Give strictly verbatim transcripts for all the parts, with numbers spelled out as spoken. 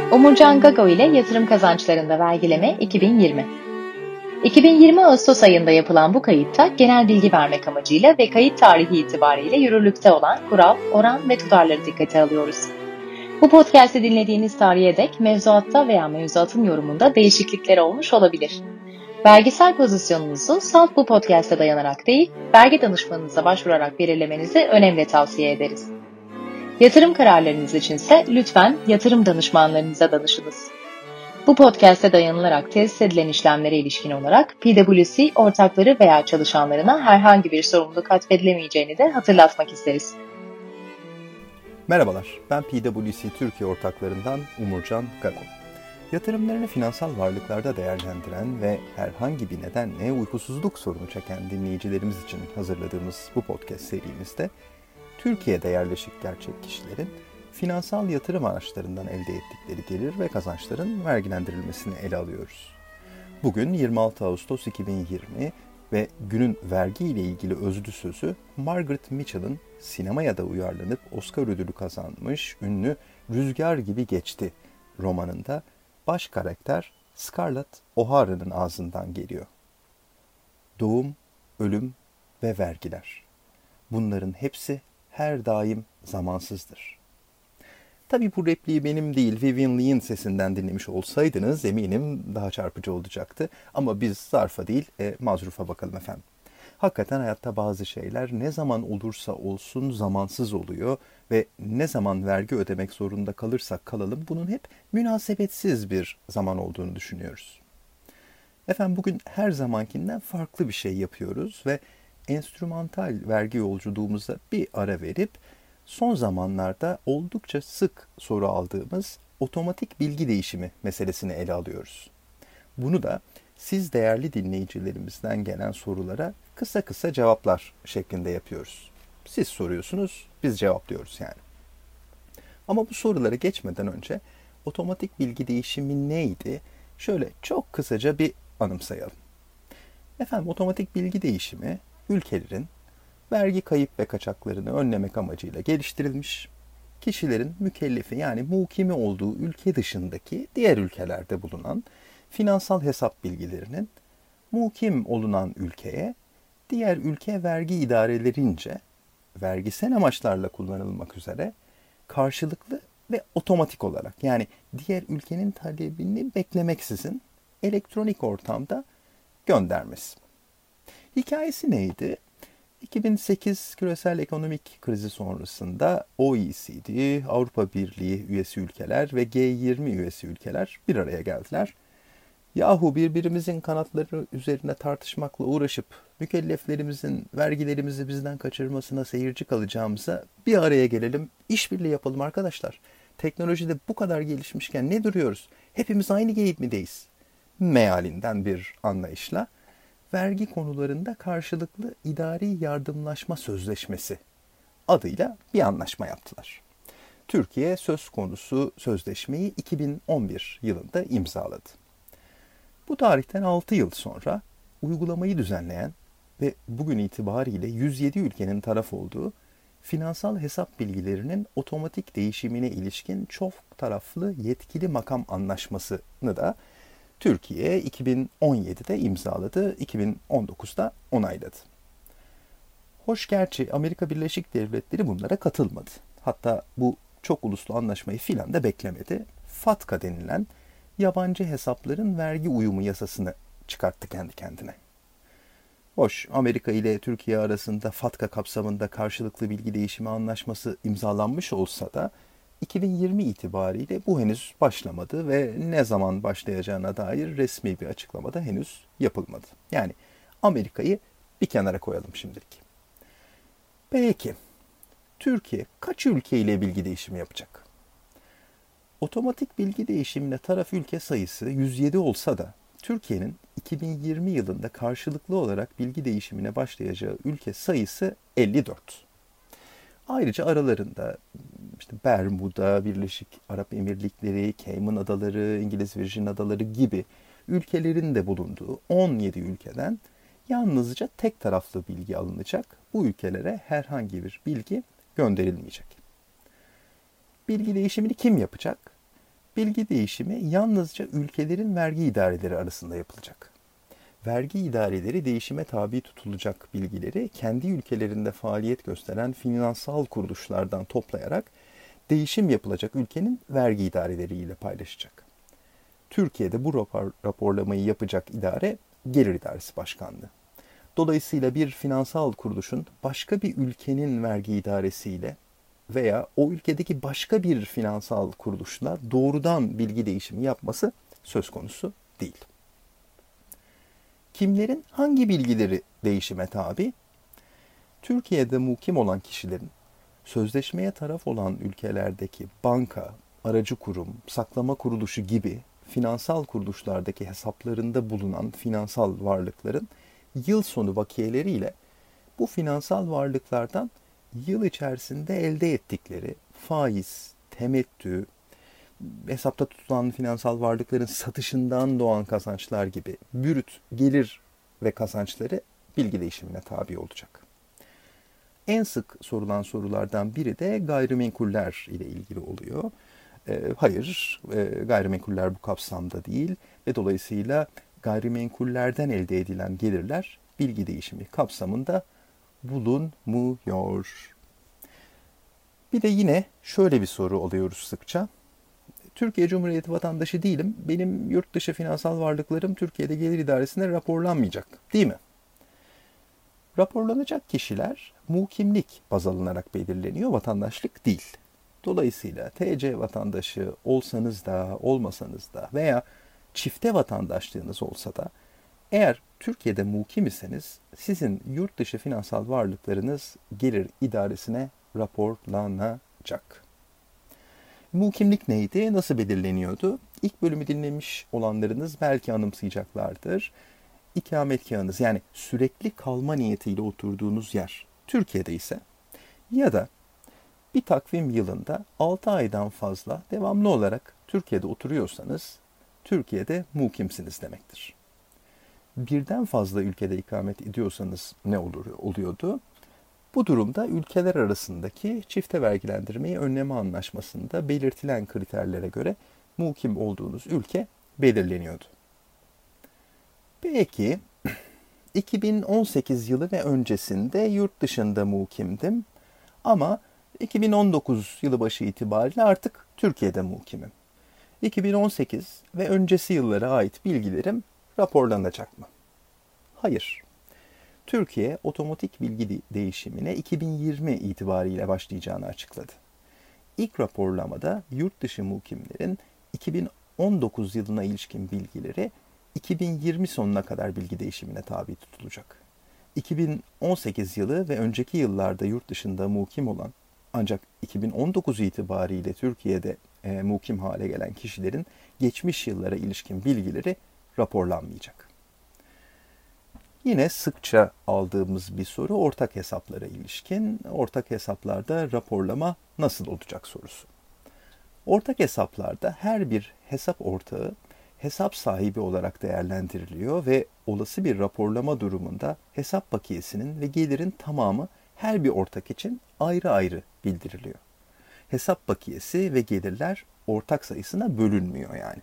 Umurcan Gago ile Yatırım Kazançlarında Vergileme iki bin yirmi. iki bin yirmi Ağustos ayında yapılan bu kayıtta genel bilgi vermek amacıyla ve kayıt tarihi itibariyle yürürlükte olan kural, oran ve tutarları dikkate alıyoruz. Bu podcast'i dinlediğiniz tarihe dek mevzuatta veya mevzuatın yorumunda değişiklikler olmuş olabilir. Vergisel pozisyonunuzu salt bu podcast'e dayanarak değil, vergi danışmanınıza başvurarak belirlemenizi önemli tavsiye ederiz. Yatırım kararlarınız içinse lütfen yatırım danışmanlarınıza danışınız. Bu podcast'e dayanılarak tesis edilen işlemlere ilişkin olarak P W C ortakları veya çalışanlarına herhangi bir sorumluluk atfedilemeyeceğini de hatırlatmak isteriz. Merhabalar, ben P W C Türkiye ortaklarından Umurcan Gago. Yatırımlarını finansal varlıklarda değerlendiren ve herhangi bir nedenle uykusuzluk sorunu çeken dinleyicilerimiz için hazırladığımız bu podcast serimizde Türkiye'de yerleşik gerçek kişilerin finansal yatırım araçlarından elde ettikleri gelir ve kazançların vergilendirilmesini ele alıyoruz. Bugün yirmi altı Ağustos iki bin yirmi ve günün vergi ile ilgili özlü sözü Margaret Mitchell'ın sinemaya da uyarlanıp Oscar ödülü kazanmış ünlü Rüzgar Gibi Geçti romanında baş karakter Scarlett O'Hara'nın ağzından geliyor. Doğum, ölüm ve vergiler. Bunların hepsi her daim zamansızdır. Tabii bu repliği benim değil, Vivien Leigh'in sesinden dinlemiş olsaydınız eminim daha çarpıcı olacaktı. Ama biz zarfa değil, e, mazrufa bakalım efendim. Hakikaten hayatta bazı şeyler ne zaman olursa olsun zamansız oluyor ve ne zaman vergi ödemek zorunda kalırsak kalalım bunun hep münasebetsiz bir zaman olduğunu düşünüyoruz. Efendim bugün her zamankinden farklı bir şey yapıyoruz ve enstrümantal vergi yolculuğumuza bir ara verip son zamanlarda oldukça sık soru aldığımız otomatik bilgi değişimi meselesini ele alıyoruz. Bunu da siz değerli dinleyicilerimizden gelen sorulara kısa kısa cevaplar şeklinde yapıyoruz. Siz soruyorsunuz, biz cevaplıyoruz yani. Ama bu sorulara geçmeden önce otomatik bilgi değişimi neydi? Şöyle çok kısaca bir anımsayalım. Efendim otomatik bilgi değişimi ülkelerin vergi kayıp ve kaçaklarını önlemek amacıyla geliştirilmiş, kişilerin mükellefi yani muhkimi olduğu ülke dışındaki diğer ülkelerde bulunan finansal hesap bilgilerinin muhkim olunan ülkeye diğer ülke vergi idarelerince vergisel amaçlarla kullanılmak üzere karşılıklı ve otomatik olarak yani diğer ülkenin talebini beklemeksizin elektronik ortamda göndermesi. Hikayesi neydi? iki bin sekiz küresel ekonomik krizi sonrasında O E C D, Avrupa Birliği üyesi ülkeler ve G yirmi üyesi ülkeler bir araya geldiler. Yahu birbirimizin kanatları üzerine tartışmakla uğraşıp mükelleflerimizin vergilerimizi bizden kaçırmasına seyirci kalacağımıza bir araya gelelim, işbirliği yapalım arkadaşlar. Teknolojide bu kadar gelişmişken ne duruyoruz? Hepimiz aynı gemideyiz. Mealinden bir anlayışla vergi konularında karşılıklı idari yardımlaşma sözleşmesi adıyla bir anlaşma yaptılar. Türkiye söz konusu sözleşmeyi iki bin on bir yılında imzaladı. Bu tarihten altı yıl sonra uygulamayı düzenleyen ve bugün itibariyle yüz yedi ülkenin taraf olduğu finansal hesap bilgilerinin otomatik değişimine ilişkin çok taraflı yetkili makam anlaşmasını da Türkiye iki bin on yedide imzaladı, iki bin on dokuzda onayladı. Hoş gerçi Amerika Birleşik Devletleri bunlara katılmadı. Hatta bu çok uluslu anlaşmayı filan da beklemedi. FATCA denilen yabancı hesapların vergi uyumu yasasını çıkarttı kendi kendine. Hoş Amerika ile Türkiye arasında FATCA kapsamında karşılıklı bilgi değişimi anlaşması imzalanmış olsa da iki bin yirmi itibariyle bu henüz başlamadı ve ne zaman başlayacağına dair resmi bir açıklama da henüz yapılmadı. Yani Amerika'yı bir kenara koyalım şimdilik. Peki, Türkiye kaç ülkeyle bilgi değişimi yapacak? Otomatik bilgi değişimine taraf ülke sayısı yüz yedi olsa da Türkiye'nin iki bin yirmi yılında karşılıklı olarak bilgi değişimine başlayacağı ülke sayısı elli dört. Ayrıca aralarında işte Bermuda, Birleşik Arap Emirlikleri, Cayman Adaları, İngiliz Virgin Adaları gibi ülkelerin de bulunduğu on yedi ülkeden yalnızca tek taraflı bilgi alınacak. Bu ülkelere herhangi bir bilgi gönderilmeyecek. Bilgi değişimini kim yapacak? Bilgi değişimi yalnızca ülkelerin vergi idareleri arasında yapılacak. Vergi idareleri değişime tabi tutulacak bilgileri kendi ülkelerinde faaliyet gösteren finansal kuruluşlardan toplayarak değişim yapılacak ülkenin vergi idareleriyle paylaşacak. Türkiye'de bu rapor, raporlamayı yapacak idare Gelir İdaresi Başkanlığı. Dolayısıyla bir finansal kuruluşun başka bir ülkenin vergi idaresiyle veya o ülkedeki başka bir finansal kuruluşla doğrudan bilgi değişimi yapması söz konusu değil. Kimlerin hangi bilgileri değişime tabi? Türkiye'de mukim olan kişilerin sözleşmeye taraf olan ülkelerdeki banka, aracı kurum, saklama kuruluşu gibi finansal kuruluşlardaki hesaplarında bulunan finansal varlıkların yıl sonu bakiyeleriyle bu finansal varlıklardan yıl içerisinde elde ettikleri faiz, temettü, hesapta tutulan finansal varlıkların satışından doğan kazançlar gibi brüt gelir ve kazançları bilgi değişimine tabi olacak. En sık sorulan sorulardan biri de gayrimenkuller ile ilgili oluyor. E, hayır, e, gayrimenkuller bu kapsamda değil ve dolayısıyla gayrimenkullerden elde edilen gelirler bilgi değişimi kapsamında bulunmuyor. Bir de yine şöyle bir soru alıyoruz sıkça. Türkiye Cumhuriyeti vatandaşı değilim, benim yurt dışı finansal varlıklarım Türkiye'de Gelir İdaresi'ne raporlanmayacak, değil mi? Raporlanacak kişiler mukimlik baz alınarak belirleniyor, vatandaşlık değil. Dolayısıyla T C vatandaşı olsanız da olmasanız da veya çifte vatandaşlığınız olsa da eğer Türkiye'de mukim iseniz sizin yurt dışı finansal varlıklarınız Gelir İdaresi'ne raporlanacak. Mukimlik neydi? Nasıl belirleniyordu? İlk bölümü dinlemiş olanlarınız belki anımsayacaklardır. İkametgahınız yani sürekli kalma niyetiyle oturduğunuz yer Türkiye'de ise ya da bir takvim yılında altı aydan fazla devamlı olarak Türkiye'de oturuyorsanız Türkiye'de mukimsiniz demektir. Birden fazla ülkede ikamet ediyorsanız ne olur, oluyordu? Bu durumda ülkeler arasındaki çifte vergilendirmeyi önleme anlaşmasında belirtilen kriterlere göre mukim olduğunuz ülke belirleniyordu. Peki, iki bin on sekiz yılı ve öncesinde yurt dışında mukimdim ama iki bin on dokuz yılı başı itibariyle artık Türkiye'de mukimim. iki bin on sekiz ve öncesi yıllara ait bilgilerim raporlanacak mı? Hayır. Türkiye otomatik bilgi değişimine iki bin yirmi itibariyle başlayacağını açıkladı. İlk raporlamada yurt dışı mukimlerin iki bin on dokuz yılına ilişkin bilgileri iki bin yirmi sonuna kadar bilgi değişimine tabi tutulacak. iki bin on sekiz yılı ve önceki yıllarda yurt dışında mukim olan ancak iki bin on dokuz itibariyle Türkiye'de e, mukim hale gelen kişilerin geçmiş yıllara ilişkin bilgileri raporlanmayacak. Yine sıkça aldığımız bir soru ortak hesaplara ilişkin. Ortak hesaplarda raporlama nasıl olacak sorusu. Ortak hesaplarda her bir hesap ortağı hesap sahibi olarak değerlendiriliyor ve olası bir raporlama durumunda hesap bakiyesinin ve gelirin tamamı her bir ortak için ayrı ayrı bildiriliyor. Hesap bakiyesi ve gelirler ortak sayısına bölünmüyor yani.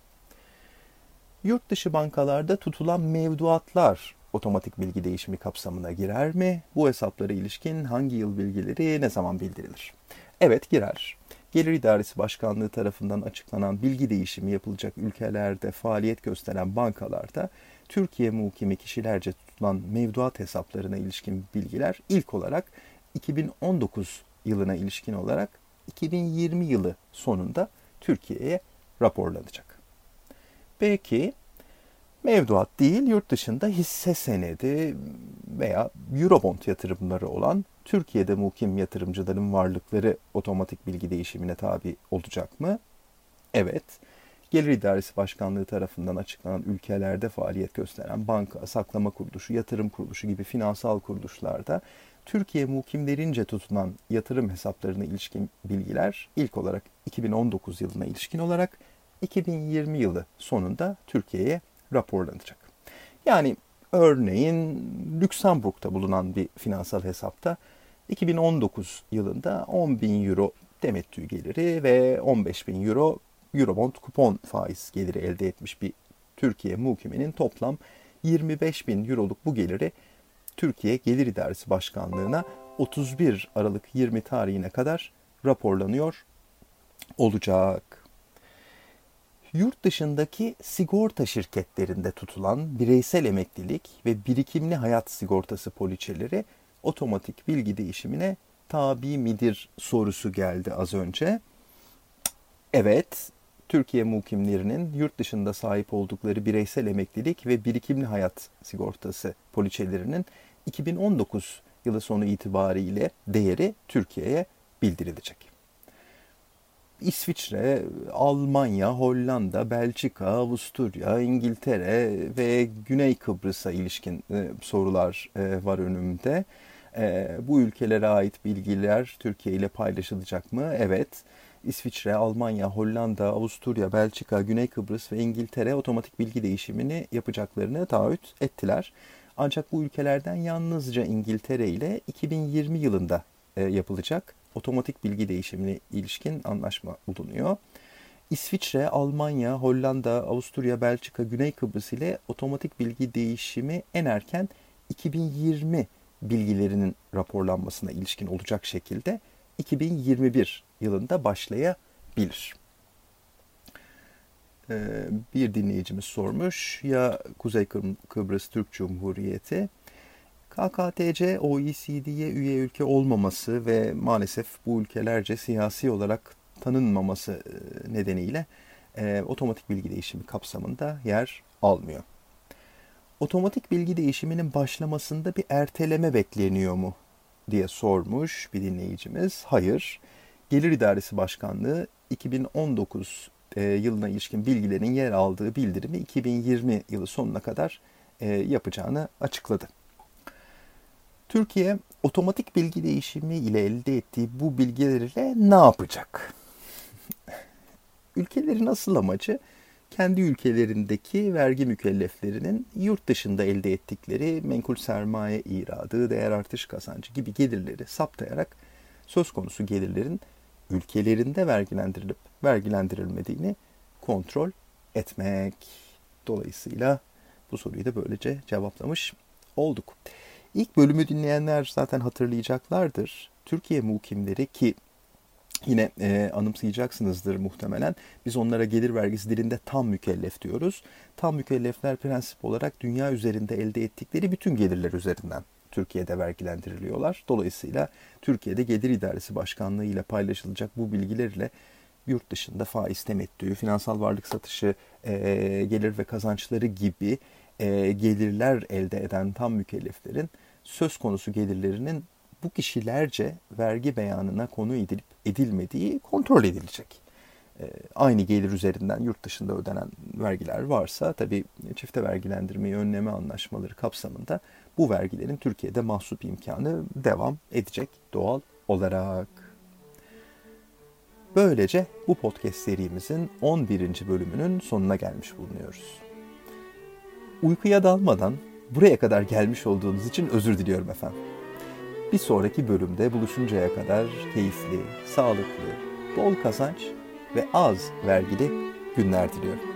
Yurt dışı bankalarda tutulan mevduatlar otomatik bilgi değişimi kapsamına girer mi? Bu hesaplara ilişkin hangi yıl bilgileri ne zaman bildirilir? Evet, girer. Gelir İdaresi Başkanlığı tarafından açıklanan bilgi değişimi yapılacak ülkelerde faaliyet gösteren bankalarda Türkiye mukimi kişilerce tutulan mevduat hesaplarına ilişkin bilgiler ilk olarak iki bin on dokuz yılına ilişkin olarak iki bin yirmi yılı sonunda Türkiye'ye raporlanacak. Peki, mevduat değil, yurt dışında hisse senedi veya Eurobond yatırımları olan Türkiye'de mukim yatırımcıların varlıkları otomatik bilgi değişimine tabi olacak mı? Evet. Gelir İdaresi Başkanlığı tarafından açıklanan ülkelerde faaliyet gösteren banka, saklama kuruluşu, yatırım kuruluşu gibi finansal kuruluşlarda Türkiye mukimlerince tutulan yatırım hesaplarına ilişkin bilgiler ilk olarak iki bin on dokuz yılına ilişkin olarak iki bin yirmi yılı sonunda Türkiye'ye raporlanacak. Yani örneğin Lüksemburg'da bulunan bir finansal hesapta iki bin on dokuz yılında on bin euro temettü geliri ve on beş bin euro Eurobond kupon faiz geliri elde etmiş bir Türkiye mukiminin toplam yirmi beş bin euroluk bu geliri Türkiye Gelir İdaresi Başkanlığı'na otuz bir Aralık yirmi tarihine kadar raporlanıyor olacak. Yurt dışındaki sigorta şirketlerinde tutulan bireysel emeklilik ve birikimli hayat sigortası poliçeleri otomatik bilgi değişimine tabi midir sorusu geldi az önce. Evet, Türkiye mukimlerinin yurt dışında sahip oldukları bireysel emeklilik ve birikimli hayat sigortası poliçelerinin iki bin on dokuz yılı sonu itibariyle değeri Türkiye'ye bildirilecek. İsviçre, Almanya, Hollanda, Belçika, Avusturya, İngiltere ve Güney Kıbrıs'a ilişkin e, sorular e, var önümde. E, bu ülkelere ait bilgiler Türkiye ile paylaşılacak mı? Evet. İsviçre, Almanya, Hollanda, Avusturya, Belçika, Güney Kıbrıs ve İngiltere otomatik bilgi değişimini yapacaklarını taahhüt ettiler. Ancak bu ülkelerden yalnızca İngiltere ile iki bin yirmi yılında e, yapılacak otomatik bilgi değişimine ilişkin anlaşma bulunuyor. İsviçre, Almanya, Hollanda, Avusturya, Belçika, Güney Kıbrıs ile otomatik bilgi değişimi en erken iki bin yirmi bilgilerinin raporlanmasına ilişkin olacak şekilde iki bin yirmi bir yılında başlayabilir. Ee, bir dinleyicimiz sormuş, ya Kuzey Kıbrıs Türk Cumhuriyeti K K T C O E C D'ye üye ülke olmaması ve maalesef bu ülkelerce siyasi olarak tanınmaması nedeniyle e, otomatik bilgi değişimi kapsamında yer almıyor. Otomatik bilgi değişiminin başlamasında bir erteleme bekleniyor mu diye sormuş bir dinleyicimiz. Hayır. Gelir İdaresi Başkanlığı iki bin on dokuz e, yılına ilişkin bilgilerin yer aldığı bildirimi iki bin yirmi yılı sonuna kadar e, yapacağını açıkladı. Türkiye otomatik bilgi değişimi ile elde ettiği bu bilgilerle ne yapacak? Ülkelerin asıl amacı kendi ülkelerindeki vergi mükelleflerinin yurt dışında elde ettikleri menkul sermaye iradı, değer artış kazancı gibi gelirleri saptayarak söz konusu gelirlerin ülkelerinde vergilendirilip vergilendirilmediğini kontrol etmek. Dolayısıyla bu soruyu da böylece cevaplamış olduk. İlk bölümü dinleyenler zaten hatırlayacaklardır. Türkiye mukimleri ki yine e, anımsayacaksınızdır muhtemelen. Biz onlara gelir vergisi dilinde tam mükellef diyoruz. Tam mükellefler prensip olarak dünya üzerinde elde ettikleri bütün gelirler üzerinden Türkiye'de vergilendiriliyorlar. Dolayısıyla Türkiye'de Gelir İdaresi Başkanlığı ile paylaşılacak bu bilgilerle yurt dışında faiz temettü, finansal varlık satışı, e, gelir ve kazançları gibi e, gelirler elde eden tam mükelleflerin söz konusu gelirlerinin bu kişilerce vergi beyanına konu edilip edilmediği kontrol edilecek. E, aynı gelir üzerinden yurt dışında ödenen vergiler varsa tabii çifte vergilendirmeyi önleme anlaşmaları kapsamında bu vergilerin Türkiye'de mahsup imkanı devam edecek doğal olarak. Böylece bu podcast serimizin on birinci bölümünün sonuna gelmiş bulunuyoruz. Uykuya dalmadan buraya kadar gelmiş olduğunuz için özür diliyorum efendim. Bir sonraki bölümde buluşuncaya kadar keyifli, sağlıklı, bol kazanç ve az vergili günler diliyorum.